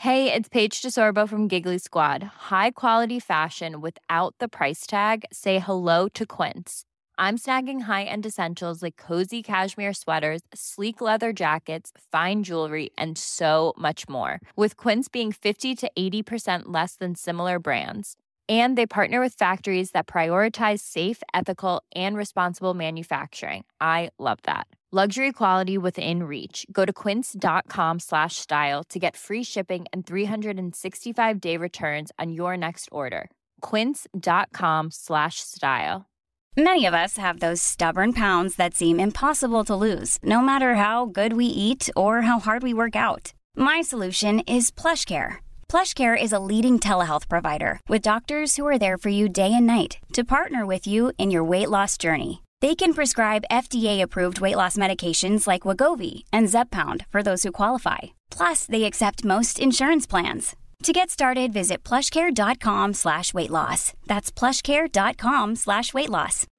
Hey, it's Paige DeSorbo from Giggly Squad. High quality fashion without the price tag. Say hello to Quince. I'm snagging high-end essentials like cozy cashmere sweaters, sleek leather jackets, fine jewelry, and so much more. With Quince being 50 to 80% less than similar brands. And they partner with factories that prioritize safe, ethical, and responsible manufacturing. I love that. Luxury quality within reach. Go to quince.com/style to get free shipping and 365-day returns on your next order. Quince.com/style. Many of us have those stubborn pounds that seem impossible to lose, no matter how good we eat or how hard we work out. My solution is PlushCare. PlushCare is a leading telehealth provider with doctors who are there for you day and night to partner with you in your weight loss journey. They can prescribe FDA-approved weight loss medications like Wegovy and Zepbound for those who qualify. Plus, they accept most insurance plans. To get started, visit plushcare.com/weightloss. That's plushcare.com/weightloss.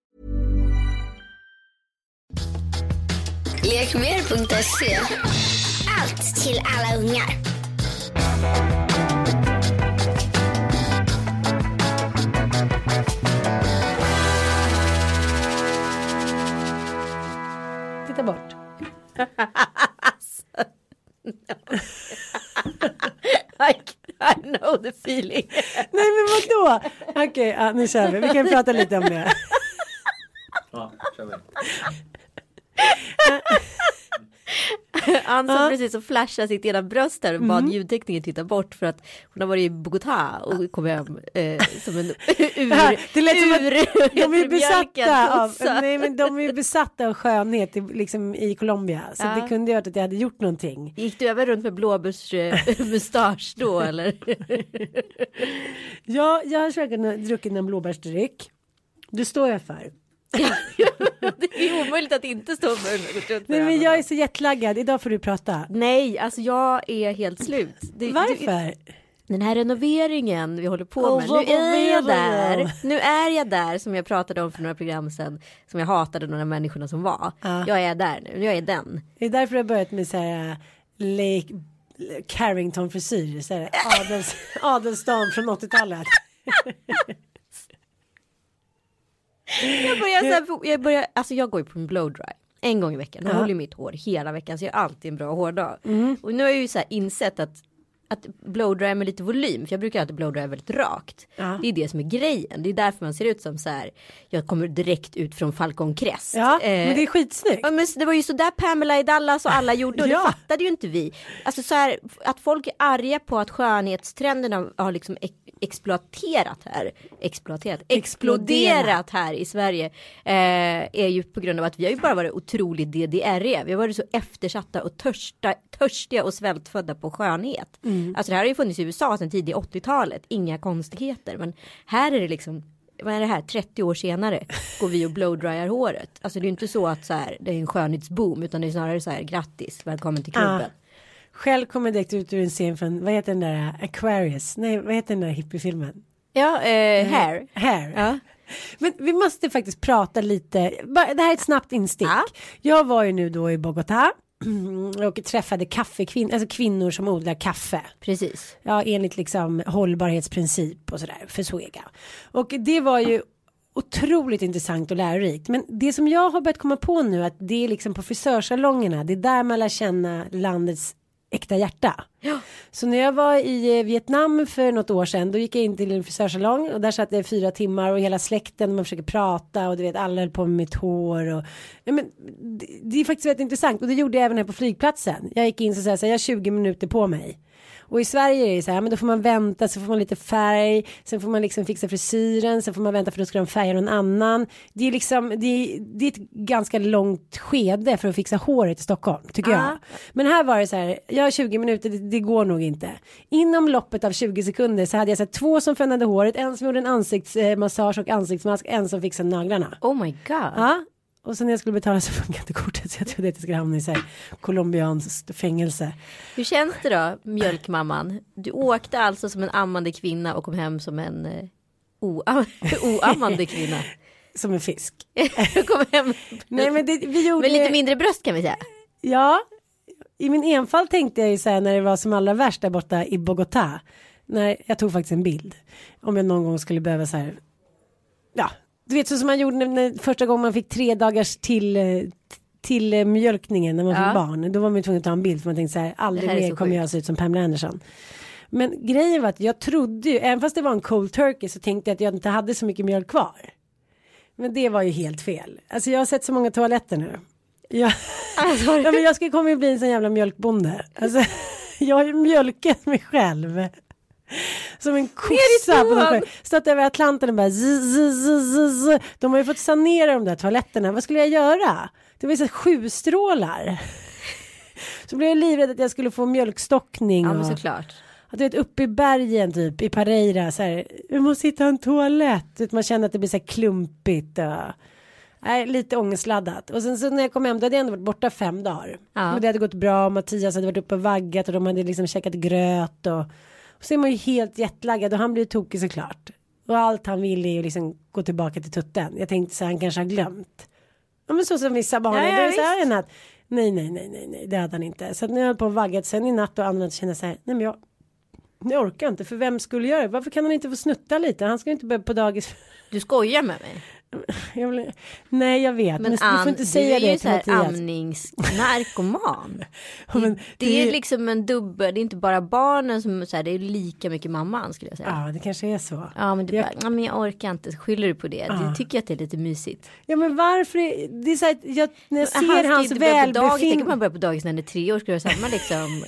Lekmer.se. Allt till alla ungar. Titta bort. I know the feeling. Nej, men vadå? Okej, nu kör vi. Vi kan prata lite om det. Ja, kör vi. Ann som precis så flashade sitt ena bröst här och bad ljudtekniken titta bort för att hon har varit i Bogotá och kom hem som en det lät som att de är besatta av, nej, men de är besatta av skönhet liksom i Colombia, så det kunde ju varit att jag hade gjort någonting. Gick du över runt med blåbärsmustasch då eller? Ja, jag har säkert druckit en blåbärsdryck. Det står jag för. Det är omöjligt att inte stå med. Nej, men jag är så jetlaggad. Idag får du prata. Nej, alltså jag är helt slut. Varför? Den här renoveringen vi håller på med. Nu är jag där som jag pratade om för några program sedan. Som jag hatade några människorna som var. Jag är där nu. Jag är den. Det är därför jag börjat med så här Lake Carrington-frisyr. Så här Adelstan från 80-talet. Jag går ju på en blow dry en gång i veckan. Jag håller ju mitt hår hela veckan, så jag har alltid en bra hårdag. Och nu har jag ju så här insett att blow dry med lite volym, för jag brukar alltid blow dry väldigt rakt. Det är det som är grejen. Det är därför man ser ut som så här, jag kommer direkt ut från Falcon Crest. Men det är skitsnyggt. Ja, men det var ju så där Pamela i Dallas och alla gjorde, och det fattade ju inte vi. Alltså så här, att folk är arga på att skönhetstrenderna har liksom exploderat här i Sverige är ju på grund av att vi har ju bara varit otroligt DDR. Vi har varit så eftersatta och törstiga och svältfödda på skönhet. Alltså det här har ju funnits i USA sedan tidigt 80-talet. Inga konstigheter. Men här är det liksom, vad är det här? 30 år senare går vi och blowdryar håret. Alltså det är ju inte så att så här, det är en skönhetsboom, utan det är snarare så här, grattis, välkommen till klubben. Själv kommer direkt ut ur en scen från, vad heter den där Aquarius? Nej, vad heter den där hippiefilmen? Ja, Hair. Ja. Men vi måste faktiskt prata lite, det här är ett snabbt instick. Jag var ju nu då i Bogotá och träffade kaffekvinnor, alltså kvinnor som odlar kaffe. Precis. Ja, enligt liksom hållbarhetsprincip och sådär för Zoega. Och det var ju otroligt intressant och lärorikt. Men det som jag har börjat komma på nu, att det är liksom på frisörsalongerna, det är där man lär känna landets äkta hjärta. Ja. Så när jag var i Vietnam för något år sedan, då gick jag in till en frisörsalong och där satt jag 4 timmar och hela släkten, man försöker prata och du vet, alla höll på med mitt hår och, ja, men det är faktiskt väldigt intressant, och det gjorde jag även här på flygplatsen. Jag gick in så jag har 20 minuter på mig. Och i Sverige är det så här, men då får man vänta, så får man lite färg, sen får man liksom fixa frisyren, sen får man vänta för då ska de färga någon annan. Det är liksom, det är ett ganska långt skede för att fixa håret i Stockholm, tycker jag. Men här var det så här, jag har 20 minuter, det går nog inte. Inom loppet av 20 sekunder så hade jag sett 2 som fönade håret, en som gjorde en ansiktsmassage och ansiktsmask, en som fixade naglarna. Oh my god. Ja. Och sen när jag skulle betala så funkade inte kortet, så jag trodde att jag skulle hamna i så här colombianskt fängelse. Hur känns det då, mjölkmamman? Du åkte alltså som en ammande kvinna och kom hem som en oammande kvinna. Som en fisk. Kom hem. Nej, men vi gjorde... Med lite mindre bröst kan vi säga. Ja, i min enfald tänkte jag ju så här när det var som allra värst där borta i Bogotá. När jag tog faktiskt en bild. Om jag någon gång skulle behöva så här. Ja, du vet så som man gjorde när första gången man fick 3 dagars till mjölkningen när man fick barn. Då var man tvungen att ta en bild för man tänkte så här, aldrig mer kommer jag se ut som Pamela Anderson. Men grejen var att jag trodde ju, även fast det var en cold turkey så tänkte jag att jag inte hade så mycket mjölk kvar. Men det var ju helt fel. Alltså jag har sett så många toaletter nu. Men jag ska komma att bli en sån jävla mjölkbonde. Alltså, jag har ju mjölkat mig själv. Som en kossa på något. Stått över Atlanten och bara zzz. De har ju fått sanera de där toaletterna. Vad skulle jag göra? Det var ju så 7 strålar. Så blev jag livrädd att jag skulle få mjölkstockning. Ja, men såklart. Att du vet, uppe i bergen typ, i Pereira så här, vi måste hitta en toalett. Man känner att det blir så här klumpigt och lite ångestladdat. Och sen så när jag kom hem, då hade jag ändå varit borta 5 dagar. Men det hade gått bra, Mattias hade varit uppe och vaggat och de hade liksom käkat gröt och så är man ju helt jetlaggad och han blev tokig såklart. Och allt han ville är ju liksom gå tillbaka till tutten. Jag tänkte så här, han kanske har glömt. Ja, men så som vissa barn är. Det är så här en natt. Nej, det hade han inte. Så att när jag höll på och vaggat sen i natt och andra kände så här, nej men jag orkar inte, för vem skulle göra det? Varför kan han inte få snutta lite? Han ska inte börja på dagis. Du skojar med mig? Nej, jag vet. Men du får inte säga det till Mattias. Du är ju så här amningsnarkoman. det är liksom en dubbel. Det är inte bara barnen som så här, det är lika mycket mamman skulle jag säga. Ja, det kanske är så. Ja, men men jag orkar inte. Skyller du på det? Du tycker att det är lite mysigt. Ja, men varför? Det är så här, när jag ser hans välbefinnande. Tänk om man börjar på dagis när det är 3 år, ska jag samma liksom.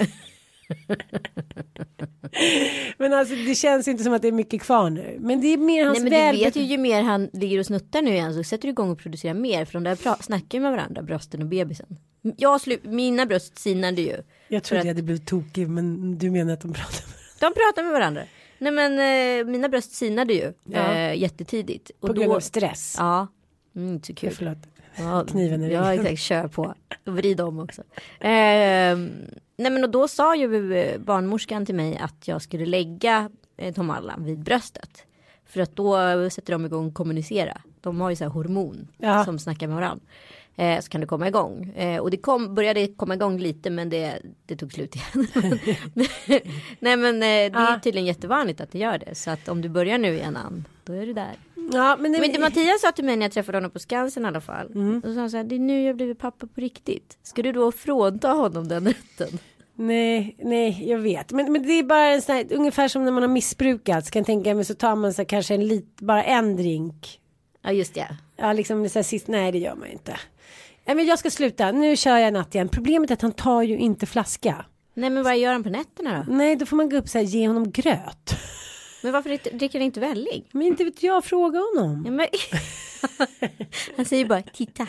Men alltså det känns inte som att det är mycket kvar nu. Men det är mer hans du vet ju mer han ligger och snuttar nu igen, så sätter du igång och producerar mer. För de där snackar med varandra, brösten och bebisen. Mina bröst sinade ju. Jag trodde jag hade blivit tokig, men du menar att de pratar med varandra? De pratar med varandra. Nej, men mina bröst sinade ju jättetietidigt. Och på grund av stress? Ja, inte så kul. Förlåt. Kniven är det. Ja, exakt, kör på. Och vrid om också. Nej, men och då sa ju barnmorskan till mig att jag skulle lägga Tom Allan vid bröstet. För att då sätter de igång att kommunicera. De har ju så här hormon som snackar med varandra. Så kan det komma igång. Och det började komma igång lite, men det tog slut igen. Nej, men det är tydligen jättevanligt att det gör det. Så att om du börjar nu igen, Ann, då är du där. Ja, men Mattias sa till mig när jag träffade honom på Skansen i alla fall. Och så sa han så här, det är nu jag blivit pappa på riktigt. Ska du då frånta honom den rätten? Nej, jag vet. Men det är bara en sån här, ungefär som när man har missbrukat. Så kan jag tänka mig, så tar man så här, kanske bara en drink. Ja, just det. Ja, liksom så här, sist. Nej, det gör man inte. Men jag ska sluta. Nu kör jag natt igen. Problemet är att han tar ju inte flaska. Nej, men vad gör han på nätterna då? Nej, då får man gå upp så här, ge honom gröt. Men varför dricker han inte välling? Men inte vet jag, fråga honom. Ja, men... Han säger bara, titta.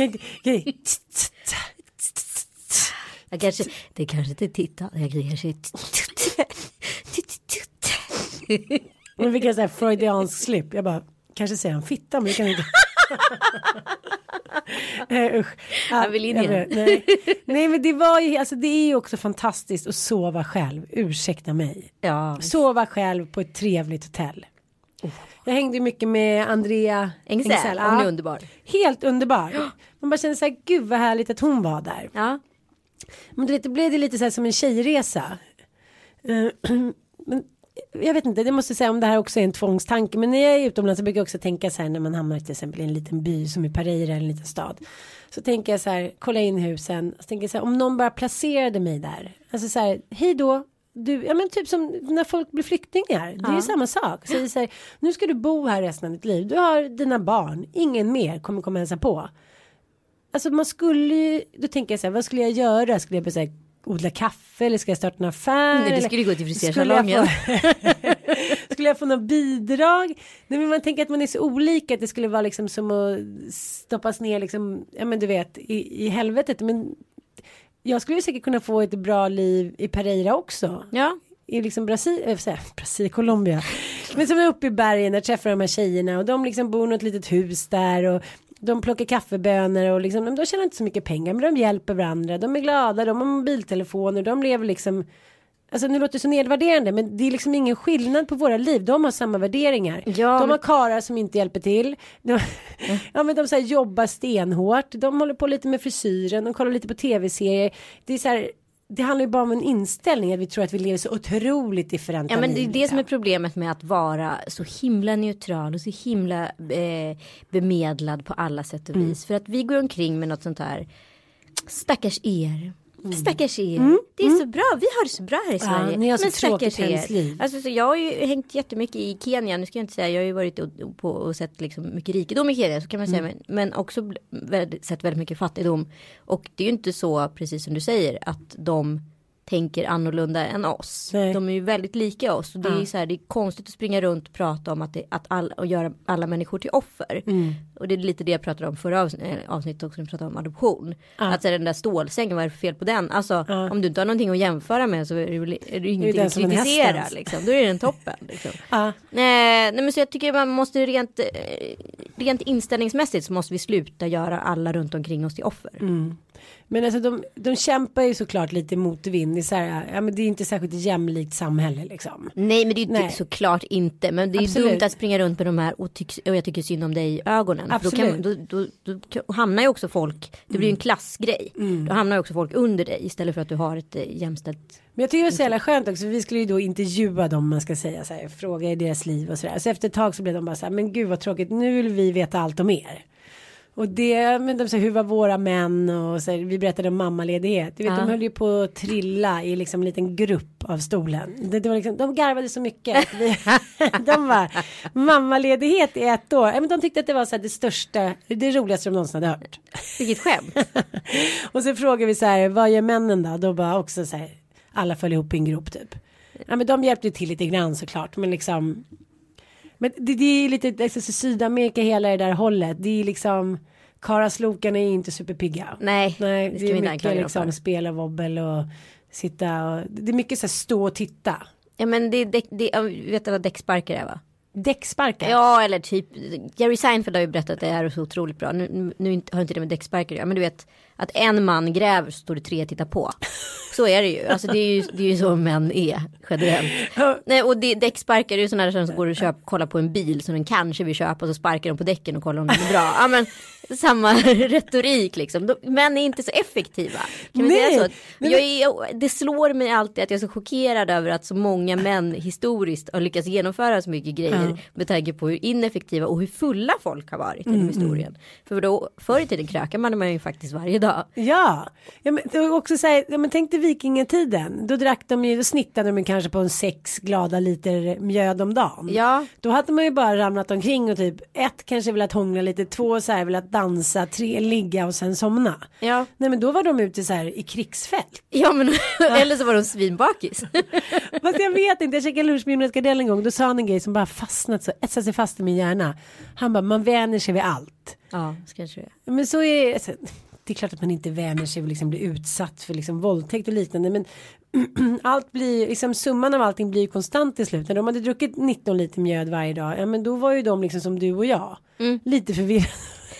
Det kanske inte titta. Jag kanske Men vi kan säga freudiansk slip. Jag bara, kanske säger han fitta, men det kan inte. Usch. Jag vill in igen. Nej, men det var ju, alltså det är ju också fantastiskt att sova själv. Ursäkta mig. Ja. Sova själv på ett trevligt hotell. Jag hängde mycket med Andrea Engsell. Hon är underbar. Helt underbar. Man bara kände så här, gud vad härligt att hon var där. Ja. Men det blev det lite så här som en tjejresa. Men jag vet inte, det måste säga om det här också är en tvångstanke. Men när jag är utomlands så brukar jag också tänka så här, när man hamnar till exempel i en liten by som i Pereira, en liten stad. Så tänker jag så här, kolla in husen. Så tänker jag så här, om någon bara placerade mig där. Alltså så här, hej då. Ja, men typ som när folk blir flyktingar. Det är ju samma sak. Så det är så här, nu ska du bo här resten av ditt liv. Du har dina barn. Ingen mer kommer komma hälsa på. Alltså man skulle ju, då tänker jag så här, vad skulle jag göra? Skulle jag börja odla kaffe eller ska jag starta en affär? Nej, det skulle gå till frisersalongen. Skulle jag få något bidrag? Nej, men man tänker att man är så olika, att det skulle vara liksom som att stoppas ner liksom, ja men du vet, i helvetet. Men jag skulle ju säkert kunna få ett bra liv i Pereira också. Ja. I liksom Brasilien, Colombia. Men som är uppe i bergen där träffar de här tjejerna och de liksom bor i något litet hus där och de plockar kaffebönor och liksom, de tjänar inte så mycket pengar, men de hjälper varandra, de är glada, de har mobiltelefoner, de lever liksom, alltså nu låter det så nedvärderande, men det är liksom ingen skillnad på våra liv, de har samma värderingar. Ja, de har karar som inte hjälper till, ja men de så här, jobbar stenhårt, de håller på lite med frisyren, de kollar lite på tv-serier, det är så här, det handlar ju bara om en inställning att vi tror att vi lever så otroligt differenta. Ja, men det är det som är problemet med att vara så himla neutral och så himla bemedlad på alla sätt och vis. För att vi går omkring med något sånt här stackars er. Stackars er. Det är så bra. Vi har det så bra här i Sverige. Ni har så tråkigt liv. Alltså, så jag har ju hängt jättemycket i Kenya. Nu ska jag inte säga. Jag har ju varit på och sett liksom mycket rikedom i Kenya. Så kan man säga. Men också sett väldigt mycket fattigdom. Och det är ju inte så, precis som du säger, att de tänker annorlunda än oss. Nej. De är ju väldigt lika oss. Och det är så här, det är konstigt att springa runt och prata om och göra alla människor till offer. Och det är lite det jag pratade om förra avsnittet också. När jag pratade om adoption. Att så här, den där stålsängen, vad är det för fel på den? Alltså om du inte har någonting att jämföra med så är det ingenting att kritisera. Liksom. Då är den toppen. Liksom. Nej, men så jag tycker man måste rent inställningsmässigt så måste vi sluta göra alla runt omkring oss till offer. Men alltså de kämpar ju såklart lite mot vind. Det är, så här, men det är inte särskilt jämlikt samhälle liksom. Nej, men det är ju inte såklart inte. Men det är ju dumt att springa runt med de här och jag tycker synd om dig i ögonen. Absolut. Då hamnar ju också folk, det blir ju en klassgrej. Då hamnar ju också folk under dig istället för att du har ett jämställt. Men jag tycker det är så jävla skönt också. För vi skulle ju då intervjua dem, man ska säga så här, fråga i deras liv och sådär. Så efter ett tag så blev de bara så här, men gud vad tråkigt, nu vill vi veta allt om er. Och det, men de sa hur var våra män och så, vi berättade om mammaledighet. Du vet, de höll ju på att trilla i liksom en liten grupp av stolen. Det var liksom, de garvade så mycket. Att de var mammaledighet i 1 år. Men de tyckte att det var så här, det roligaste de någonsin hade hört. Vilket skämt. Och så frågade vi så här, vad gör männen då? Då bara också så här, alla föll ihop i en grop typ. Ja, men de hjälpte till lite grann såklart. Men liksom... Men det är lite alltså, Sydamerika hela det där hållet. Det är liksom karaslokarna är inte superpigga. Nej det är mycket liksom spela wobbel och sitta och det är mycket så här, stå och titta. Ja, men det vet du vad däcksparkar är, va? Däcksparkar? Ja, eller typ Jerry Seinfeld har ju berättat att det här är så otroligt bra. Nu har inte det med däcksparkar. Ja, men du vet att en man gräver så står det 3 tittar på. Så är det ju. Alltså det är ju så män är generellt. Nej, och däcksparkar är ju sådana där som går och kollar på en bil som den kanske vill köpa och så sparkar de på däcken och kollar om det är bra. Ja, men samma retorik liksom. Män är inte så effektiva. Kan vi säga så? Det slår mig alltid att jag är så chockerad över att så många män historiskt har lyckats genomföra så mycket grejer med tanke på hur ineffektiva och hur fulla folk har varit i historien. För då förr i tiden krökar man ju faktiskt varje dag. Ja men det var också så här, men tänk dig vikingatiden. Då drack de ju, då snittade de kanske på 6 glada liter mjöd om dagen. Ja. Då hade man ju bara ramlat omkring och typ 1 kanske velat hångla lite, 2 så här velat dansa, 3 ligga och sen somna. Ja. Nej, men då var de ute så här i krigsfält. Ja, men eller så var de svinbakis. Fast jag vet inte, jag käkade lunch med Jonas Gardell en gång. Då sa han en grej som bara fastnat så, etsade sig fast i min hjärna. Han bara, man vänjer sig vid allt. Ja, ska jag tro. Men så är alltså, det är klart att man inte vänjer sig och liksom blir utsatt för liksom våldtäkt och liknande. Men allt blir, liksom summan av allting blir konstant till slut. När de hade druckit 19 liter mjöd varje dag, ja men då var ju de liksom som du och jag. Lite förvirrade.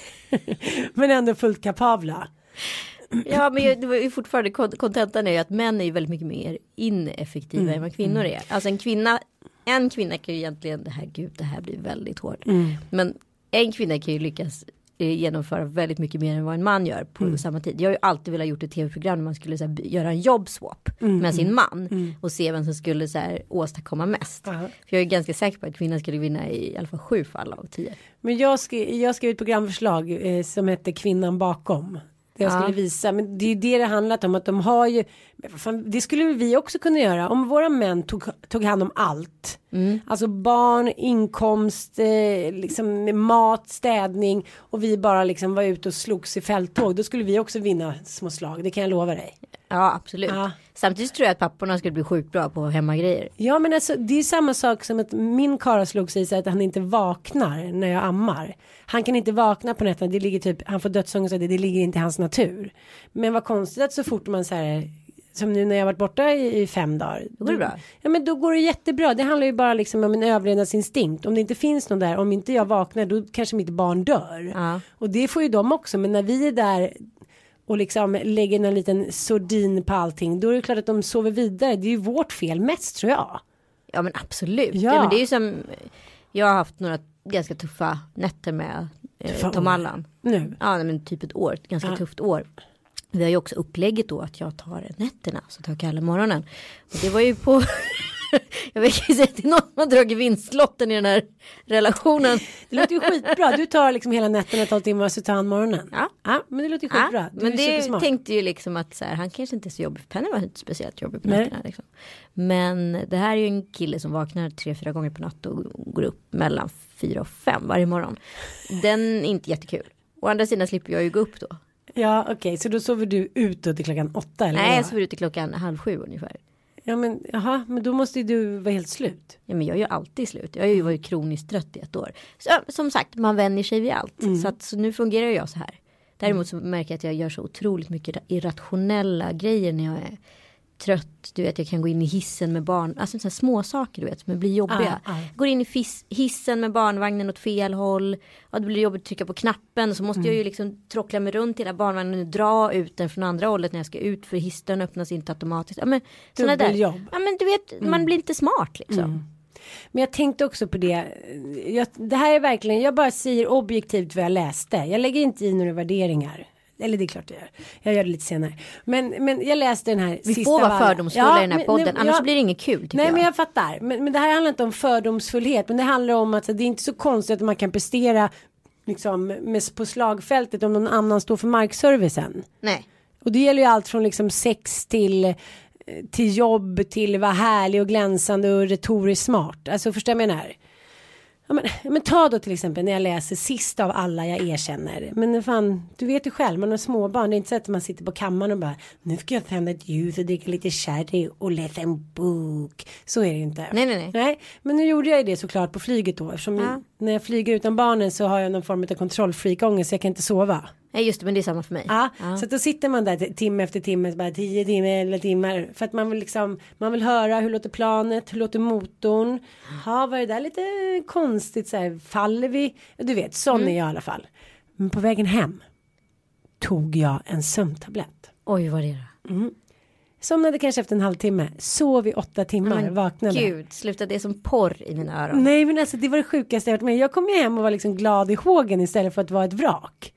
Men ändå fullt kapabla. Ja, men det var ju fortfarande kontentan är ju att män är ju väldigt mycket mer ineffektiva än vad kvinnor är. Alltså en kvinna kan ju egentligen, det här blir väldigt hårt. Men en kvinna kan ju lyckas genomföra väldigt mycket mer än vad en man gör på samma tid. Jag har ju alltid velat gjort ett tv-program där man skulle så här, göra en jobbswap med sin man och se vem som skulle så här, åstadkomma mest. För jag är ganska säker på att kvinnan skulle vinna i alla fall 7 fall av 10. Men jag skrev ett programförslag som heter Kvinnan bakom. Jag skulle visa, men det är ju det handlat om, att de har ju, det skulle vi också kunna göra om våra män tog hand om allt. Alltså barn, inkomst, liksom mat, städning, och vi bara liksom var ute och slogs i fälttåg, då skulle vi också vinna små slag, det kan jag lova dig. Ja, absolut. Samtidigt tror jag att papporna skulle bli sjukt bra på hemmagrejer. Ja, men alltså, det är samma sak som att min karl slog sig så att han inte vaknar när jag ammar. Han kan inte vakna på nätterna, det ligger typ, han får dödsångest, det ligger inte i hans natur. Men vad konstigt att så fort man så här, som nu när jag varit borta i 5 dagar. Då går det bra. Ja, men då går det jättebra. Det handlar ju bara liksom om en överlevnadsinstinkt. Om det inte finns någon där, om inte jag vaknar, då kanske mitt barn dör. Och det får ju de också, men när vi är där och liksom lägger en liten sordin på allting, då är det klart att de sover vidare. Det är ju vårt fel mest, tror jag. Ja, men absolut. Ja, men det är ju som, jag har haft några ganska tuffa nätter med Tom Allan. Nu? Ja, men typ ett år, ett ganska tufft år. Vi har ju också upplägget då att jag tar nätterna så tar Kalle morgonen. Och det var ju på... Jag vet ju säga till någon som har dragit vinstlotten i den här relationen. Det låter ju skitbra. Du tar liksom hela nätterna 12 timmar så tar han morgonen. Ja, men det låter ju skitbra. Men det tänkte ju liksom att så här, han kanske inte är så jobbig. Penny var inte speciellt jobbig på nätterna. Liksom. Men det här är ju en kille som vaknar 3-4 gånger på natt och går upp mellan 4 och 5 varje morgon. Den är inte jättekul. Å andra sidan slipper jag ju gå upp då. Ja, okej. Så då sover du utåt till klockan 8 eller? Nej, jag sover ut till klockan 6:30 ungefär. Ja, men jaha, men då måste ju du vara helt slut. Ja, men jag är ju alltid slut. Jag har ju varit kroniskt trött i 1 år. Så, som sagt, man vänjer sig vid allt. Så nu fungerar jag så här. Däremot så märker jag att jag gör så otroligt mycket irrationella grejer när jag är trött. Du vet, jag kan gå in i hissen med barn. Alltså sådana små saker, du vet, som blir jobbiga. Går in i hissen med barnvagnen åt fel håll. Ja, det blir jobbigt att trycka på knappen. Så måste jag ju liksom trockla mig runt hela barnvagnen och dra ut den från andra hållet när jag ska ut. För hissen öppnas inte automatiskt. Ja, men sådana där. Ja, men du vet, man blir inte smart liksom. Men jag tänkte också på det. Det här är verkligen, jag bara säger objektivt vad jag läste. Jag lägger inte i några värderingar. Eller det är klart jag gör. Jag gör det lite senare. Men jag läste den här Vi sista får vara fördomsfulla i den här podden. Annars blir det inget kul tycker jag. Nej, men jag fattar. Men det här handlar inte om fördomsfullhet. Men det handlar om att det är inte så konstigt att man kan prestera liksom, på slagfältet om någon annan står för markservicen. Nej. Och det gäller ju allt från liksom sex till jobb till vara härlig och glänsande och retoriskt smart. Alltså förstår jag menar? Ja, men ta då till exempel när jag läser sist av alla jag erkänner. Men fan, du vet ju själv, man har småbarn. Det är inte så att man sitter på kammaren och bara, nu ska jag tända ett ljus och dricka lite sherry och läsa en bok. Så är det ju inte. Nej, men nu gjorde jag det såklart på flyget då. Eftersom när jag flyger utan barnen så har jag någon form av kontrollfreakångest så jag kan inte sova. Nej, just det, men det är samma för mig. Ja. Så då sitter man där timme efter timme, bara 10 timmar eller timmar. För att man vill höra hur låter planet, hur låter motorn. Ja, var det där lite konstigt så här, faller vi? Du vet, sån är jag i alla fall. Men på vägen hem tog jag en sömntablett. Oj, vad är det? Somnade kanske efter en halvtimme. Sov i 8 timmar, vaknade. Gud, slutade det som porr i mina öron. Nej, men alltså det var det sjukaste jag varit med. Jag kom ju hem och var liksom glad i hågen istället för att vara ett vrak.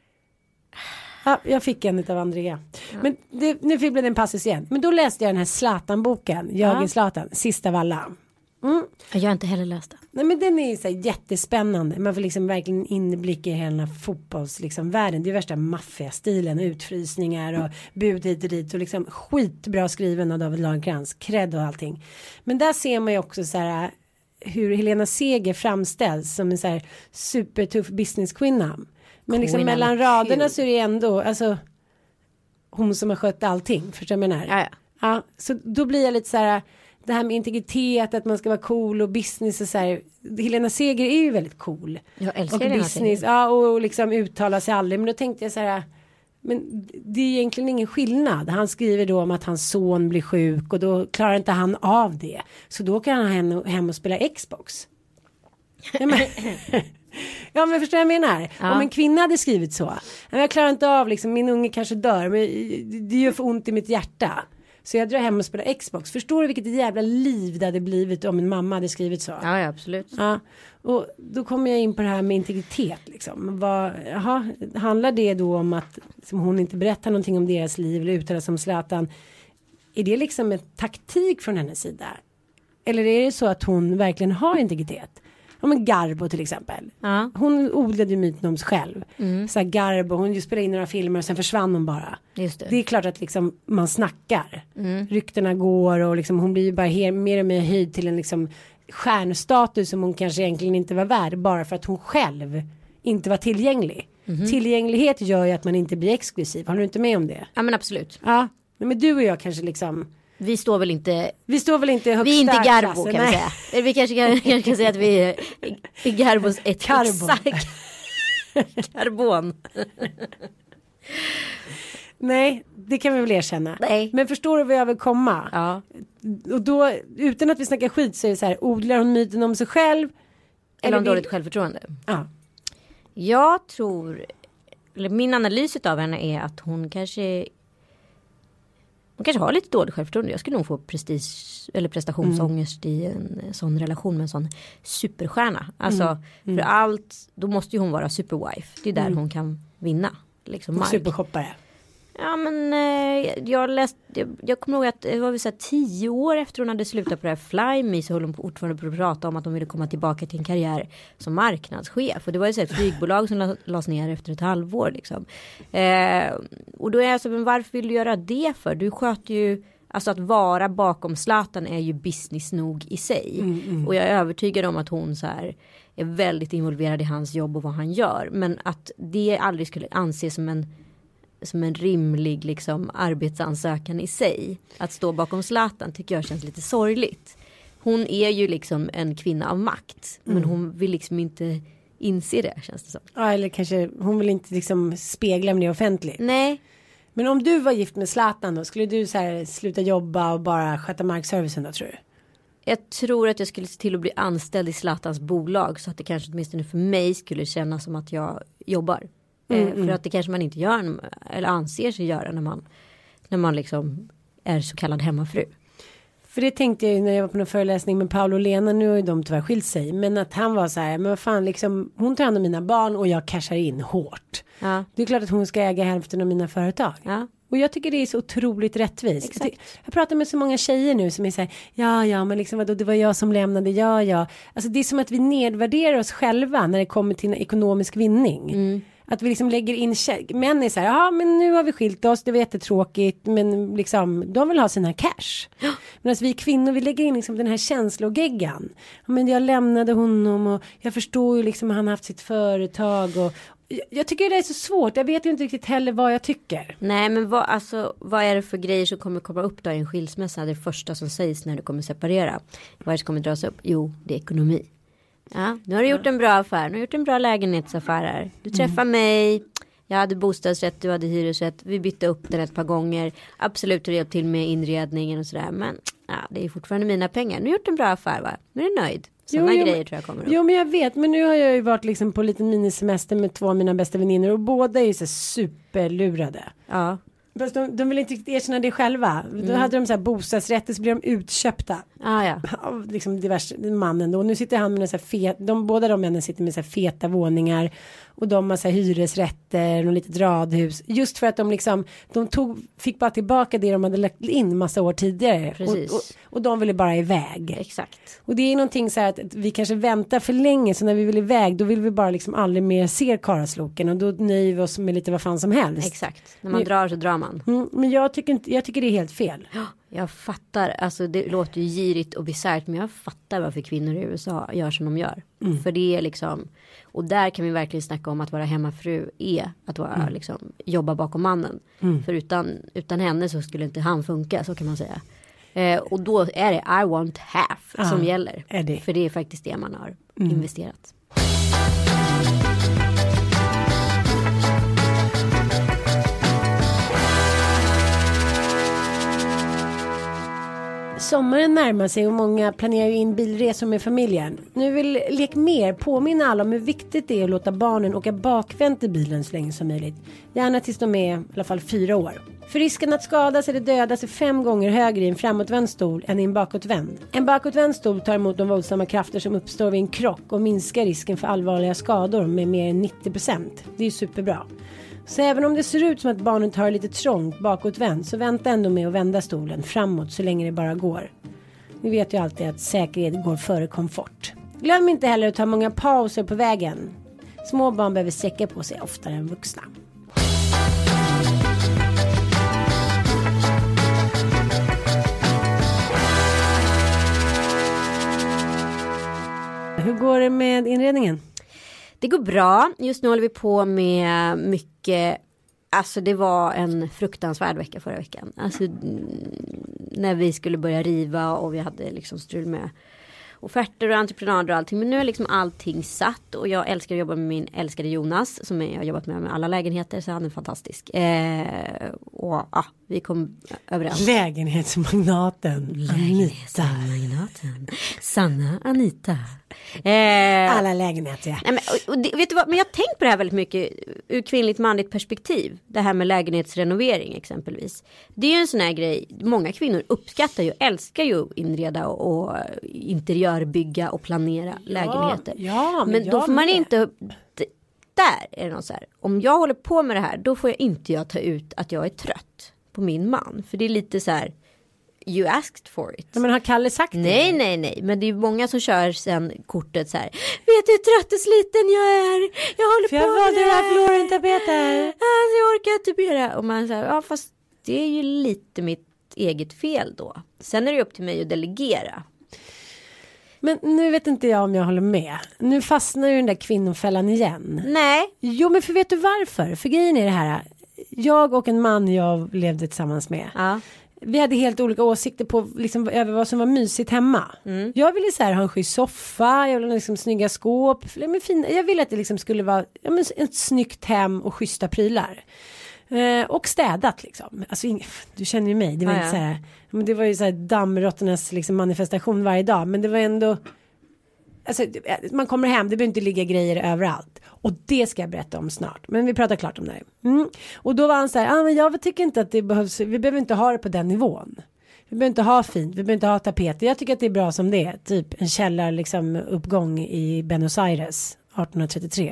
Ja, jag fick en av Andrea. Men nu blev det en passus igen. Men då läste jag den här Zlatan-boken. Jörgen Zlatan, sista av alla. Jag har inte heller läst den. Nej, men den är så här jättespännande. Man får liksom verkligen inblick i hela fotbolls liksom, världen. Det är värsta maffiastilen, utfrysningar och bud hit och dit. Och liksom skitbra skriven av David Lagercrantz. Cred och allting. Men där ser man ju också så här hur Helena Seger framställs som en så här supertuff businesskvinna. Men liksom mellan raderna så är det ändå alltså, hon som har skött allting. Förstår jag menar? Ja, så då blir jag lite så här, det här med integritet, att man ska vara cool och business och så här. Helena Seger är ju väldigt cool. Jag älskar och Helena business, Seger. ja, och liksom uttala sig aldrig. Men då tänkte jag så här, men det är egentligen ingen skillnad. Han skriver då om att hans son blir sjuk och då klarar inte han av det. Så då kan han hem och spela Xbox. Ja, men förstår jag menar? Om en kvinna hade skrivit så. Jag klarar inte av liksom, min unge kanske dör. Men det gör för ont i mitt hjärta. Så jag drar hem och spelar Xbox. Förstår du vilket jävla liv det hade blivit om en mamma hade skrivit så? Ja, absolut. Ja, och då kommer jag in på det här med integritet. Liksom. Handlar det då om att som hon inte berättar någonting om deras liv eller uttalar som Zlatan? Är det liksom en taktik från hennes sida? Eller är det så att hon verkligen har integritet? Ja, men Garbo till exempel. Hon odlade ju myten om sig själv. Så här Garbo, hon spelade in några filmer och sen försvann hon bara. Just det. Det är klart att liksom man snackar. Ryktena går och liksom, hon blir ju bara mer och mer höjd till en liksom stjärnstatus som hon kanske egentligen inte var värd. Bara för att hon själv inte var tillgänglig. Tillgänglighet gör ju att man inte blir exklusiv. Håller du inte med om det? Ja, men absolut. Ja, men du och jag kanske liksom... Vi står väl inte högsta. Vi är inte Garbo klassen, kan vi säga. Vi kanske kan säga att vi är Garbos ett karbon. Nej, det kan vi väl erkänna. Nej. Men förstår du vad jag vill komma? Ja. Och då, utan att vi snackar skit så är det så här, odlar hon myten om sig själv? Eller om dåligt självförtroende? Ja. Jag tror, eller min analys av henne är att hon kanske har lite dåligt självförtroende. Jag skulle nog få prestige eller prestationsångest i en sån relation med en sån superstjärna. Alltså för allt, då måste ju hon vara superwife. Det är där hon kan vinna. Liksom supershoppare. Ja, men jag kommer ihåg att det var väl så här 10 år efter hon hade slutat på det här Fly Me, så höll hon fortfarande på att prata om att hon ville komma tillbaka till en karriär som marknadschef. Och det var ju så ett flygbolag som lades ner efter ett halvår liksom. Och då är jag så, men varför vill du göra det för? Du sköter ju, alltså att vara bakom Zlatan är ju business nog i sig. Och jag är övertygad om att hon så här är väldigt involverad i hans jobb och vad han gör. Men att det aldrig skulle anses som en rimlig liksom arbetsansökan i sig. Att stå bakom Zlatan tycker jag känns lite sorgligt. Hon är ju liksom en kvinna av makt. Men hon vill liksom inte inse det, känns det som. Ja, eller kanske hon vill inte liksom spegla med det offentligt. Nej. Men om du var gift med Zlatan då, skulle du så här sluta jobba och bara sköta markservicen då, tror du? Jag tror att jag skulle se till att bli anställd i Zlatans bolag, så att det kanske åtminstone för mig skulle kännas som att jag jobbar. För att det kanske man inte gör eller anser sig göra när man liksom är så kallad hemmafru. För det tänkte jag ju när jag var på en föreläsning med Paolo och Lena, nu har ju de tyvärr skilt sig, men att han var så här, men vad fan liksom, hon tar hand om mina barn och jag cashar in hårt. Ja. Det är klart att hon ska äga hälften av mina företag. Ja. Och jag tycker det är så otroligt rättvist. Exakt. Jag pratar med så många tjejer nu som är så här, ja, men liksom vadå, det var jag som lämnade, ja. Alltså det är som att vi nedvärderar oss själva när det kommer till ekonomisk vinning. Att vi liksom lägger in, män är så här, ja men nu har vi skilt oss, det var jättetråkigt, men liksom, de vill ha sina cash. Men alltså vi kvinnor, vi lägger in liksom den här känslogeggan. Ja, men jag lämnade honom och jag förstår ju liksom att han har haft sitt företag och jag tycker det är så svårt, jag vet ju inte riktigt heller vad jag tycker. Nej, men vad är det för grejer som kommer komma upp då i en skilsmässa? Det första som sägs när du kommer separera. Vad är det som kommer dras upp? Jo, det är ekonomi. Ja, nu har du gjort en bra affär. Nu har du gjort en bra lägenhetsaffär här. Du träffar mig. Jag hade bostadsrätt, du hade hyresrätt. Vi bytte upp den ett par gånger. Absolut, du hjälpt till med inredningen och sådär. Men det är fortfarande mina pengar. Nu har du gjort en bra affär, va? Nu är du nöjd. Sådana grejer tror jag kommer upp. Jo, men jag vet. Men nu har jag ju varit liksom på lite minisemester med 2 av mina bästa väninnor. Och båda är ju så superlurade. Ja. Fast de vill inte riktigt erkänna det själva. Då hade de så här bostadsrätter, så blev de utköpta. Av liksom diverse mannen då. Och nu sitter han med så här båda de männen sitter med så här feta våningar. Och de har så här hyresrätter och lite radhus. Just för att de liksom, fick bara tillbaka det de hade lagt in massa år tidigare. Och de ville bara iväg. Exakt. Och det är någonting så här att vi kanske väntar för länge, så när vi vill iväg då vill vi bara liksom aldrig mer se karasloken, och då nöjer vi oss med lite vad fan som helst. Exakt. När man drar så drar man. Men jag tycker det är helt fel. Jag fattar, alltså det låter ju girigt och bisarrt, men jag fattar varför kvinnor i USA gör som de gör. För det är liksom, och där kan vi verkligen snacka om att vara hemmafru är att vara liksom, jobba bakom mannen. För utan henne så skulle inte han funka, så kan man säga. Och då är det I want half som gäller. För det är faktiskt det man har investerat. Sommaren närmar sig och många planerar ju in bilresor med familjen. Nu vill Lek Mer påminna alla om hur viktigt det är att låta barnen åka bakvänt i bilen så länge som möjligt. Gärna tills de är i alla fall 4 år. För risken att skadas eller dödas är 5 gånger högre i en framåtvänd stol än i en bakåtvänd. En bakåtvänd stol tar emot de våldsamma krafter som uppstår vid en krock och minskar risken för allvarliga skador med mer än 90%. Det är superbra. Så även om det ser ut som att barnet har lite trångt bakåtvänd, så vänta ändå med att vända stolen framåt så länge det bara går. Vi vet ju alltid att säkerhet går före komfort. Glöm inte heller att ta många pauser på vägen. Små barn behöver sträcka på sig oftare än vuxna. Hur går det med inredningen? Det går bra. Just nu håller vi på med mycket. Alltså det var en fruktansvärd vecka förra veckan. Alltså när vi skulle börja riva och vi hade liksom strul med offerter och entreprenader och allting. Men nu är liksom allting satt och jag älskar att jobba med min älskade Jonas som jag har jobbat med alla lägenheter, så han är fantastisk. Och vi kom överens. Lägenhetsmagnaten Anita. Sanna Anita. Alla lägenheter. Nej, vet du vad? Men jag har tänkt på det här väldigt mycket ur kvinnligt manligt perspektiv. Det här med lägenhetsrenovering exempelvis. Det är ju en sån här grej. Många kvinnor uppskattar ju, älskar ju inreda och interiörbygga och planera lägenheter. Ja, men då får man inte där är det något så här. Om jag håller på med det här, då får jag ta ut att jag är trött på min man. För det är lite så här, you asked for it. Men har Kalle sagt det? Nej. Men det är många som kör sen kortet så här. Vet du hur trött och sliten jag är? Jag håller på med det här fluorentapeter. Jag orkar inte mer. Och man säger, ja fast det är ju lite mitt eget fel då. Sen är det upp till mig att delegera. Men nu vet inte jag om jag håller med. Nu fastnar ju den där kvinnofällan igen. Nej. Jo, men för vet du varför? För grejen är det här. Jag och en man jag levde tillsammans med. Ja. Vi hade helt olika åsikter på liksom, över vad som var mysigt hemma. Jag ville så här, ha en schysst soffa. Jag ville liksom snygga skåp. Jag ville att det liksom skulle vara ett snyggt hem och schyssta prylar. Och städat liksom. Alltså, du känner ju mig. Det var inte så här, men det var ju så här dammråttornas liksom manifestation varje dag. Men det var ändå, alltså, man kommer hem, det behöver inte ligga grejer överallt. Och det ska jag berätta om snart. Men vi pratar klart om det här. Och då var han så här, men jag tycker inte att det behövs, vi behöver inte ha det på den nivån. Vi behöver inte ha fint, vi behöver inte ha tapeter. Jag tycker att det är bra som det är. Typ en källar liksom uppgång i Buenos Aires 1833.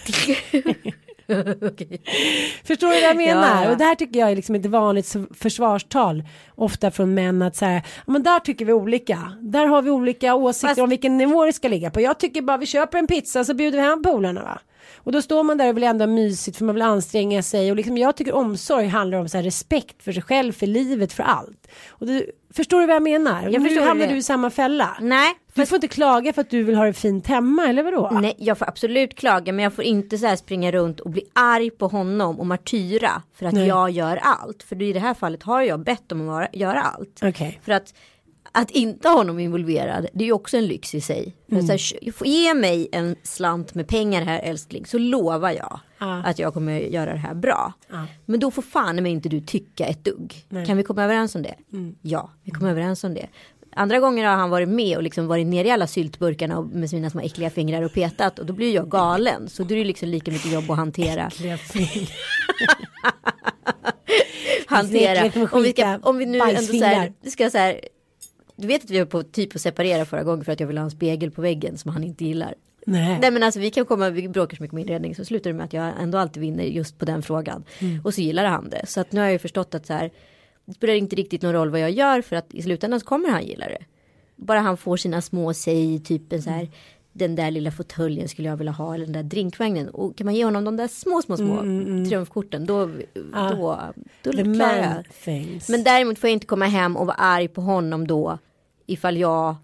Okay. Förstår du vad jag menar? Ja. Och det här tycker jag är liksom ett vanligt försvarstal ofta från män att säga, men där tycker vi olika. Där har vi olika åsikter om vilken nivå det ska ligga på. Jag tycker bara vi köper en pizza så bjuder vi hem polarna, va? Och då står man där och vill ändå mysigt för man vill anstränga sig. Och liksom, jag tycker omsorg handlar om så här respekt för sig själv, för livet, för allt. Och förstår du vad jag menar? Jag nu hamnar du i samma fälla. Nej. Du får inte klaga för att du vill ha det fint hemma, eller vadå? Nej, jag får absolut klaga, men jag får inte så här springa runt och bli arg på honom och martyra för att jag gör allt. För i det här fallet har jag bett om att göra allt. Okay. För att inte ha honom involverad, det är ju också en lyx i sig. För så här, ge mig en slant med pengar här, älskling, så lovar jag att jag kommer göra det här bra. Men då får fan mig inte du tycka ett dugg. Nej. Kan vi komma överens om det? Ja, vi kommer överens om det. Andra gånger har han varit med och liksom varit nere i alla syltburkarna och med sina små äckliga fingrar och petat. Och då blir jag galen. Så då är det liksom lika mycket jobb att hantera. Äckliga fingrar. hantera. Om vi nu ändå så här, ska så här, du vet att vi var på typ att separera förra gången för att jag ville ha en spegel på väggen som han inte gillar. Nej, men alltså vi bråkar så mycket med inredning, så slutar det med att jag ändå alltid vinner just på den frågan. Och så gillar han det. Så att nu har jag ju förstått att så här, det spelar inte riktigt någon roll vad jag gör, för att i slutändan så kommer han gilla det. Bara han får sina små säg, typ en så här, den där lilla fåtöljen skulle jag vilja ha, eller den där drinkvagnen. Och kan man ge honom de där små triumfkorten, då klarar jag. Men däremot får jag inte komma hem och vara arg på honom då ifall jag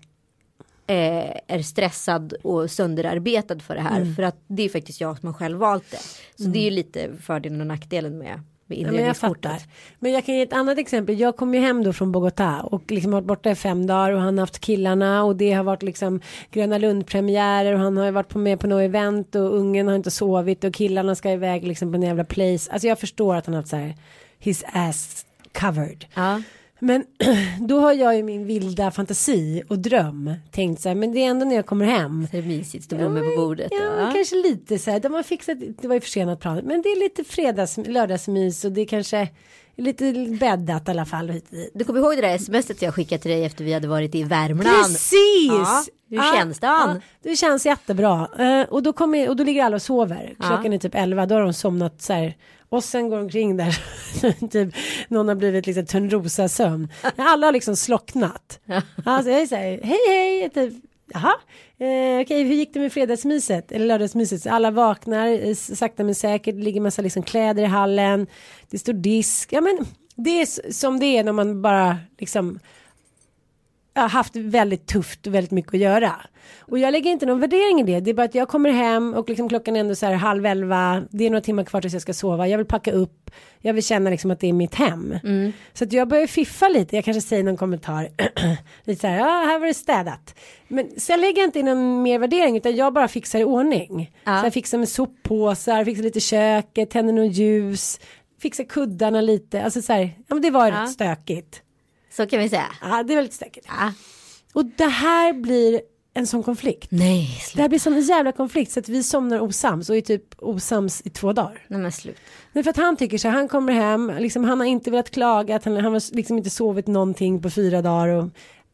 är stressad och sönderarbetad för det här. För att det är faktiskt jag som har själv valt det. Så det är ju lite fördelen och nackdelen med inredningskortet. Men jag kan ge ett annat exempel. Jag kom ju hem då från Bogotá och liksom varit borta i 5 dagar och han har haft killarna och det har varit liksom Gröna Lund-premiärer och han har varit med på något event och ungen har inte sovit och killarna ska iväg liksom på en jävla place. Alltså jag förstår att han har haft så här his ass covered. Ja. Men då har jag ju min vilda fantasi och dröm tänkt så här, men det är ändå när jag kommer hem. Så det är mysigt, stå med på bordet. Ja, kanske lite så här, de har fixat, det var ju försenat planet, men det är lite lördagsmys och det är kanske lite bäddat i alla fall. Du kommer ihåg det där sms:et jag skickade till dig efter vi hade varit i Värmland? Precis! Ja, hur känns det? Ja, det känns jättebra. Och då ligger alla och sover. Klockan är typ 11, då har de somnat så här. Och sen går de omkring där. Typ, någon har blivit liksom Törnrosa sömn. Alla har liksom slocknat. Alltså jag säger hej. Typ, jaha. Okej, hur gick det med fredagsmyset? Eller lördagsmyset? Alla vaknar sakta men säkert. Det ligger massa liksom kläder i hallen. Det står disk. Ja, men det är som det är när man bara liksom har haft väldigt tufft och väldigt mycket att göra. Och jag lägger inte någon värdering i det. Det är bara att jag kommer hem och liksom klockan är ändå så här 10:30. Det är några timmar kvar tills jag ska sova. Jag vill packa upp. Jag vill känna liksom att det är mitt hem. Så att jag börjar fiffa lite. Jag kanske säger någon kommentar. Lite så här, här var det städat. Men sen lägger jag inte in någon mer värdering, utan jag bara fixar i ordning. Så jag fixar med soppåsar, fixar lite köket, tänder någon ljus, fixar kuddarna lite. Alltså så här, ja, men det var rätt stökigt. Så kan vi säga. Ja, det är väldigt stökigt. Ja. Och det här blir en sån konflikt. Nej, sluta. Det här blir sån jävla konflikt så att vi somnar osams och är typ osams i 2 dagar. Nej, men slut. Men för att han tycker så här, han kommer hem, liksom, han har inte velat klaga, att han har liksom inte sovit någonting på 4 dagar och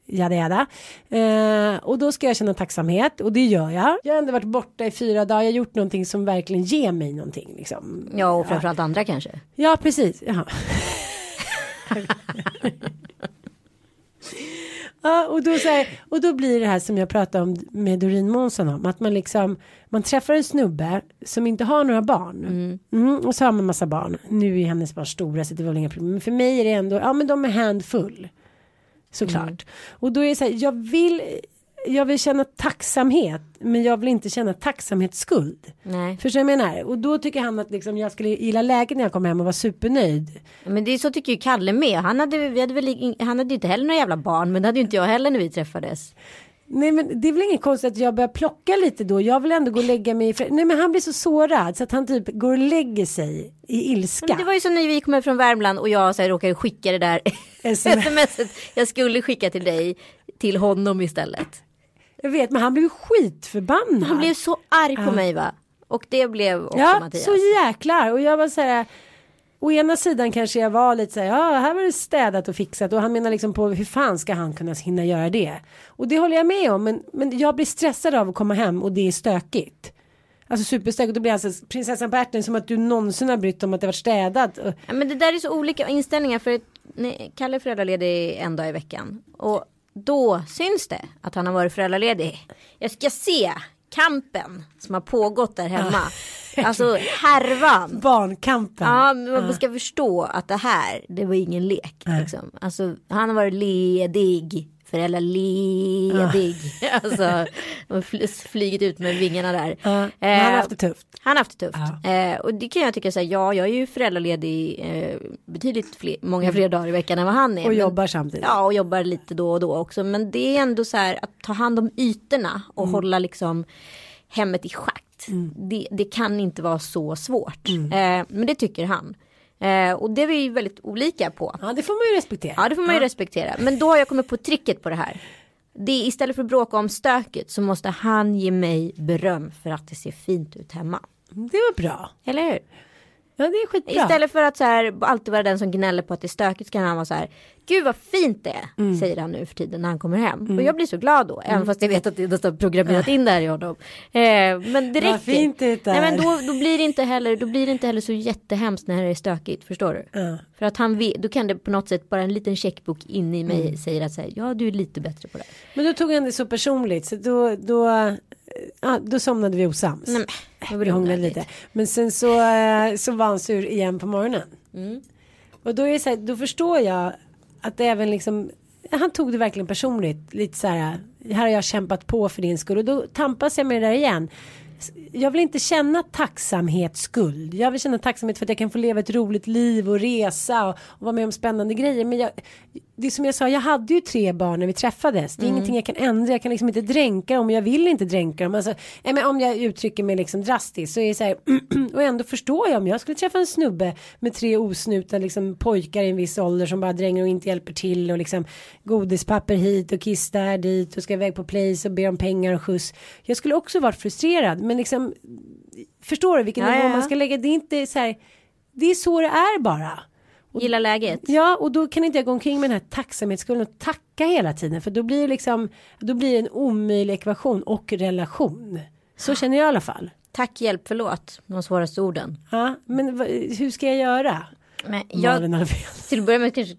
jada. Och då ska jag känna tacksamhet och det gör jag. Jag har ändå varit borta i 4 dagar. Jag har gjort någonting som verkligen ger mig någonting. Liksom. Ja, och framförallt andra kanske. Ja, precis. Ja. Ja, och då blir det här som jag pratade om med Doreen Månsson om. Att man träffar en snubbe som inte har några barn. Och så har man massa barn. Nu är hennes barn stora så det var väl inga problem. Men för mig är det ändå, ja men de är handfull. Såklart. Och då är det så här, jag vill känna tacksamhet men jag vill inte känna tacksamhetsskuld. Nej. Förstår jag menar? Och då tycker han att liksom, jag skulle gilla läget när jag kom hem och var supernöjd. Men det är så tycker ju Kalle med. Han hade inte heller några jävla barn, men det hade ju inte jag heller när vi träffades. Nej men det är väl ingen konstigt att jag börjar plocka lite då. Jag vill ändå gå och lägga mig Nej men han blir så sårad så att han typ går och lägger sig i ilska. Men det var ju så när vi kom från Värmland och jag så här, råkade skicka det där smset jag skulle skicka till dig till honom istället. Jag vet, men han blev skitförbannad. Han blev så arg på mig va? Och det blev också Mattias. Ja, så jäklar. Och jag var så här, å ena sidan kanske jag var lite så här, ja här var det städat och fixat. Och han menar liksom på hur fan ska han kunna hinna göra det? Och det håller jag med om. Men jag blir stressad av att komma hem och det är stökigt. Alltså superstökigt. Då blir alltså prinsessan på ärten som att du någonsin har brytt om att det var städat. Ja, men det där är så olika inställningar. För Kalle är föräldraledig en dag i veckan. Och då syns det att han har varit föräldraledig. Jag ska se kampen som har pågått där hemma. Alltså härvan. Barnkampen. Ja, men man ska förstå att det var ingen lek. Liksom. Alltså, han har varit ledig. Föräldraledig. Alltså, flygit ut med vingarna där. Han har haft det tufft. Och det kan jag tycka så här, jag är ju föräldraledig betydligt många fler dagar i veckan än vad han är. Och jobbar samtidigt. Ja, och jobbar lite då och då också. Men det är ändå så här att ta hand om ytorna och hålla liksom hemmet i schakt. Det kan inte vara så svårt. Men det tycker han. Och det är vi väldigt olika på. Ja, det får man ju respektera. Ja, det får man ju respektera. Men då har jag kommit på tricket på det här. Istället för att bråka om stöket så måste han ge mig beröm för att det ser fint ut hemma. Det var bra. Eller hur? Ja, det är skitbra. Istället för att så här, alltid vara den som gnäller på att det är stökigt kan han vara så här, gud vad fint det är, säger han nu för tiden när han kommer hem. Och jag blir så glad då, även fast jag vet att det är nästan programmerat in där i honom. Men det räcker. Fint det där. Nej, men då blir det inte heller så jättehemskt när det är stökigt, förstår du? För att då kan det på något sätt bara en liten checkbook in i mig säger att säga, ja du är lite bättre på det. Men då tog han det så personligt så då somnade vi osams. Nej, vi hånglade lite. Men sen så var han sur igen på morgonen. Och då är det så här, då förstår jag att även liksom, han tog det verkligen personligt. Lite så här har jag kämpat på för din skull. Och då tampas jag med det där igen. Jag vill inte känna tacksamhetsskuld. Jag vill känna tacksamhet för att jag kan få leva ett roligt liv och resa och vara med om spännande grejer. Men det är som jag sa, jag hade ju 3 barn när vi träffades. Det är ingenting jag kan ändra. Jag kan liksom inte dränka dem. Jag vill inte dränka dem. Alltså, men om jag uttrycker mig liksom drastiskt så är det så här, och ändå förstår jag om jag skulle träffa en snubbe med 3 osnutna liksom pojkar i en viss ålder som bara dränger och inte hjälper till och liksom godispapper hit och kiss där dit och ska iväg på place och be om pengar och skjuts. Jag skulle också varit frustrerad, men liksom förstår du vilken nivå man ska lägga? Det är inte så här, det är så det är bara. Gilla läget. Ja, och då kan inte jag gå omkring med den här tacksamhetsskulden och tacka hela tiden. För då blir det en omöjlig ekvation och relation. Så känner jag i alla fall. Tack, hjälp, förlåt. De svåraste orden. Ja, men hur ska jag göra? Men till att börja med kanske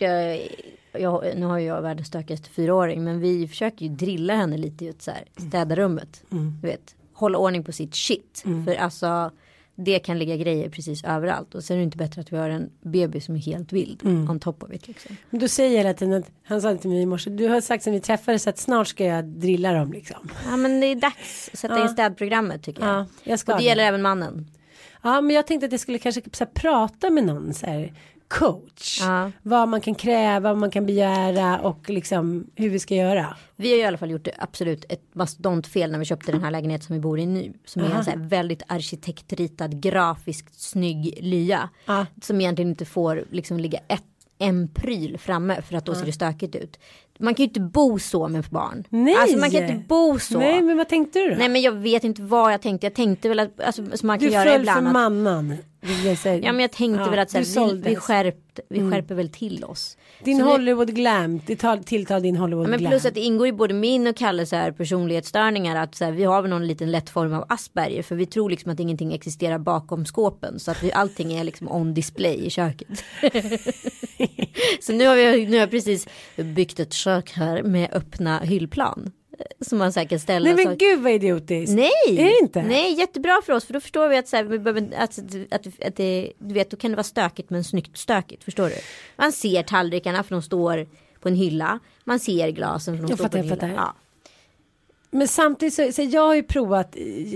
nu har jag världens stökigaste 4-åring. Men vi försöker ju drilla henne lite ut så här. Städa rummet. Du vet. Hålla ordning på sitt shit. För alltså det kan ligga grejer precis överallt. Och sen är det inte bättre att vi har en bebis som är helt vild. On top of it liksom. Men då säger jag hela tiden att han sa till mig i morse, du har sagt sen vi träffades att snart ska jag drilla dem liksom. Ja, men det är dags att sätta in städprogrammet tycker jag. Jag ska och det gäller även mannen. Ja, men jag tänkte att jag skulle kanske så här, prata med någon så här coach. Vad man kan kräva, vad man kan begära och liksom hur vi ska göra. Vi har i alla fall gjort absolut ett mastodontfel när vi köpte den här lägenheten som vi bor i nu. Som är en så här väldigt arkitektritad, grafiskt snygg lya. Som egentligen inte får liksom ligga en pryl framme för att då ser det stökigt ut. Man kan ju inte bo så med barn. Nej. Alltså man kan inte bo så. Nej, men vad tänkte du då? Nej, men jag vet inte vad jag tänkte. Jag tänkte väl att alltså, som man kan göra ibland. Du föll för mannan. Ja, men jag tänkte väl att så här, vi skärper väl till oss. Din Hollywood glam, tilltar din Hollywood glam. Men plus att det ingår i både min och Kalle så här personlighetsstörningar att så här, vi har väl någon lliten lätt form av Asperger, för vi tror liksom att ingenting existerar bakom skåpen, så att allting är liksom on display i köket. Så nu har jag precis byggt ett kök här med öppna hyllplan. Som man säkert ställer. Nej men gud vad idiotiskt. Nej. Är det inte? Nej, jättebra för oss. För då förstår vi att, så här, vi behöver, att det, du vet, då kan det vara stökigt men snyggt stökigt. Förstår du? Man ser tallrikarna för de står på en hylla. Man ser glasen för de står på en hylla. Ja. Men samtidigt så jag har ju provat.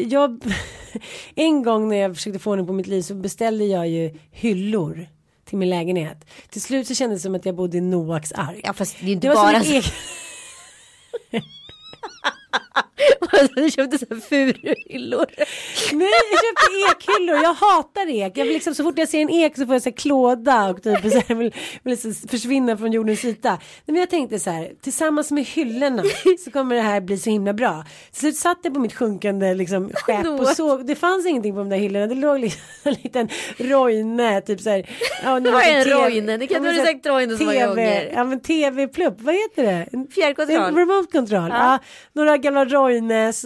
En gång när jag försökte få ordning på mitt liv så beställde jag ju hyllor till min lägenhet. Till slut så kändes det som att jag bodde i Noaks ark. Ja, fast det är inte bara så. Du köpte så här furuhyllor. Nej, jag köpte ekhyllor. Jag hatar ek. Jag vill liksom, så fort jag ser en ek så får jag så här klåda och typ så här, vill så försvinna från jordens yta. Men jag tänkte så här, tillsammans med hyllorna så kommer det här bli så himla bra. Till slut satt jag på mitt sjunkande liksom skepp och såg, det fanns ingenting på de där hyllorna. Det låg liksom en liten rojne typ så här. Ja, vad är en rojne? Det kan du ha sagt rojne så många gånger. Ja, men tv-plupp, vad heter det? En fjärrkontroll. En remote control. Ja, några gamla rojnes.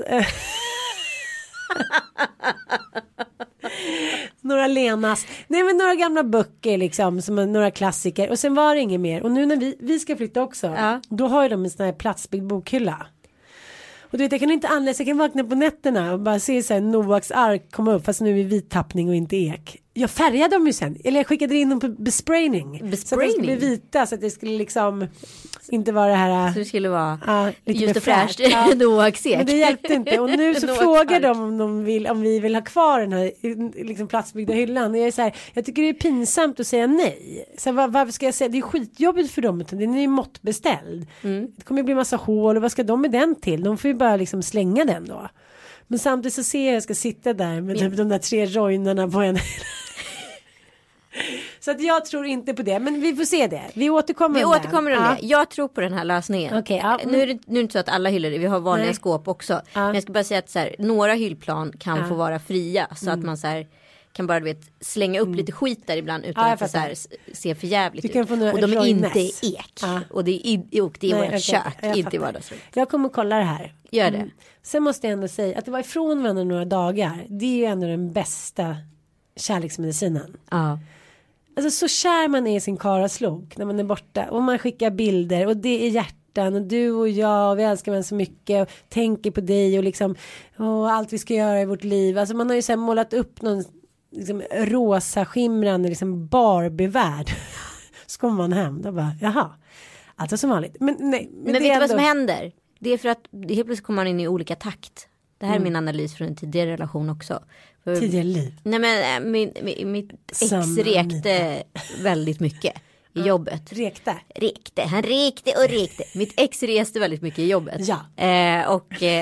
Några Lenas. Nej, men några gamla böcker liksom, som några klassiker. Och sen var det inget mer. Och nu när vi ska flytta också, då har ju de en sån här platsbyggd bokhylla. Och du vet, jag kan inte anläsa, jag kan vakna på nätterna och bara se så här Noaks ark komma upp, fast nu är vit tappning och inte ek. Jag färgade dem ju sen, eller jag skickade in dem på besprayning. Så att de skulle bli vita, så att det skulle liksom inte vara det här. Så det skulle vara lite just och fräscht. Noaks-ek. Men det hjälpte inte. Och nu så frågar de om vi vill ha kvar den här liksom platsbyggda hyllan. Och jag är så här, jag tycker det är pinsamt att säga nej. Så här, varför ska jag säga? Det är skitjobbigt för dem. Den är ju måttbeställd. Det kommer bli massa hål, och vad ska de med den till? De får ju bara liksom slänga den då. Men samtidigt så ser jag ska sitta där med typ de där 3 rojnerna på en. Så att jag tror inte på det. Men vi får se det. Vi återkommer om det. Jag tror på den här lösningen. Nu är det inte så att alla hyllor, vi har vanliga skåp också. Men jag ska bara säga att så här, några hyllplan kan få vara fria. Så att man så här, kan bara slänga upp lite skit där ibland utan att det så här, se för jävligt ut. Och de är inte ek. Och det är vårt kök, inte i vardagsrummet. Jag kommer kolla det här. Gör det. Sen måste jag ändå säga att det var ifrån varandra några dagar. Det är ju ändå den bästa kärleksmedicinen. Ja. Alltså så kär man är i sin karaslok när man är borta. Och man skickar bilder och det är hjärtan. Och du och jag, och vi älskar varandra så mycket. Och tänker på dig och liksom allt vi ska göra i vårt liv. Alltså man har ju så här målat upp någon liksom rosa skimrande liksom Barbie-värld. Så kommer man hem. Då bara, jaha. Alltså som vanligt. Men vet du vad som händer? Det är för att helt plötsligt kommer man in i olika takt. Det här är min analys från en tidigare relation också. Tidigare liv? Nej, men mitt ex rekte väldigt mycket i jobbet. Rekte? Han rekte och rekte. Mitt ex reste väldigt mycket i jobbet. Ja.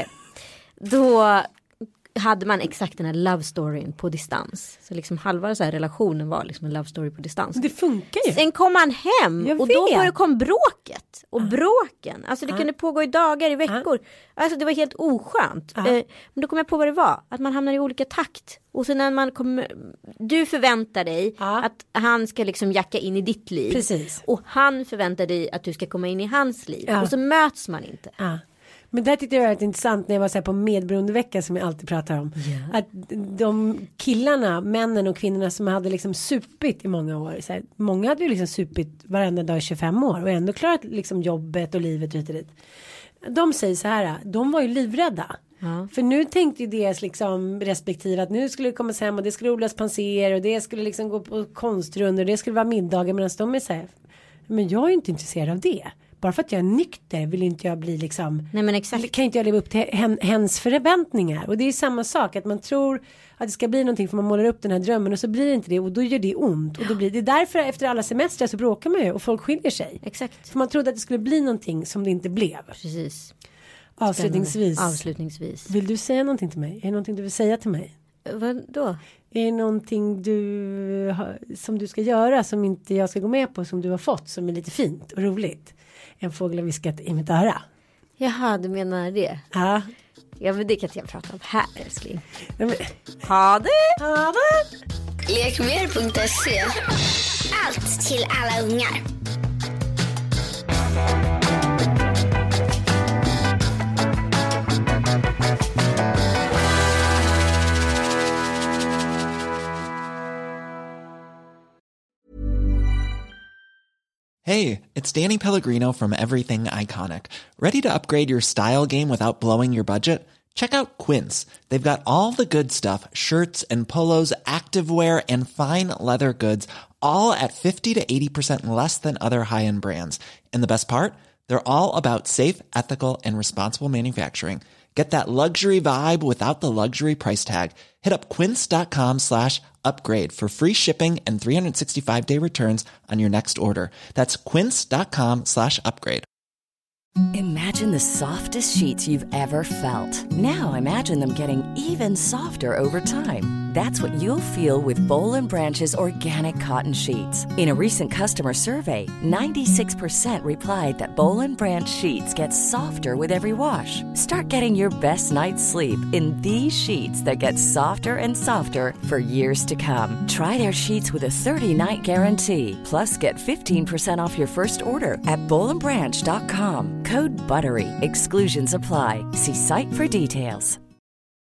Då hade man exakt den här love storyn på distans. Så liksom halva så här relationen var liksom en love story på distans. Det funkar ju. Sen kom han hem och då kom bråket. Och bråken. Alltså det kunde pågå i dagar, i veckor. Alltså det var helt oskönt. Men då kom jag på vad det var. Att man hamnar i olika takt. Och sen när man kommer, du förväntar dig att han ska liksom jacka in i ditt liv. Precis. Och han förväntar dig att du ska komma in i hans liv. Och så möts man inte. Men det tyckte jag var rätt intressant när jag var så här på medberoendevecka som jag alltid pratar om. Att de killarna, männen och kvinnorna som hade liksom supit i många år. Så här, många hade ju liksom supit varenda dag i 25 år och ändå klarat liksom jobbet och livet och dit. De säger så här, de var ju livrädda. För nu tänkte ju deras liksom respektive att nu skulle det komma hem och det skulle odlas panser och det skulle liksom gå på konstrundor och det skulle vara middagar, medan de är så här, men jag är inte intresserad av det. Bara för att jag är nykter vill inte jag bli liksom. Nej, men exakt. Kan inte jag leva upp till hens förväntningar. Och det är samma sak. Att man tror att det ska bli någonting för man målar upp den här drömmen. Och så blir det inte det. Och då gör det ont. Och då blir det därför efter alla semestrar så bråkar man ju. Och folk skiljer sig. Exakt. För man trodde att det skulle bli någonting som det inte blev. Precis. Avslutningsvis. Vill du säga någonting till mig? Är det någonting du vill säga till mig? Vad då? Är det någonting som du ska göra som inte jag ska gå med på, som du har fått, som är lite fint och roligt? En fågel har viskat i mitt öra. Jaha, du menar det? Ja, men det kan inte jag prata om här, älskling. Ja, men... Ha det! Lekmer.se. Allt till alla ungar. Hey, it's Danny Pellegrino from Everything Iconic. Ready to upgrade your style game without blowing your budget? Check out Quince. They've got all the good stuff, shirts and polos, activewear, and fine leather goods, all at 50 to 80% less than other high-end brands. And the best part? They're all about safe, ethical, and responsible manufacturing. Get that luxury vibe without the luxury price tag. Hit up quince.com/upgrade for free shipping and 365-day returns on your next order. That's quince.com/upgrade. Imagine the softest sheets you've ever felt. Now imagine them getting even softer over time. That's what you'll feel with Boll & Branch's organic cotton sheets. In a recent customer survey, 96% replied that Boll & Branch sheets get softer with every wash. Start getting your best night's sleep in these sheets that get softer and softer for years to come. Try their sheets with a 30-night guarantee. Plus, get 15% off your first order at bollandbranch.com. Code BUTTERY. Exclusions apply. See site for details.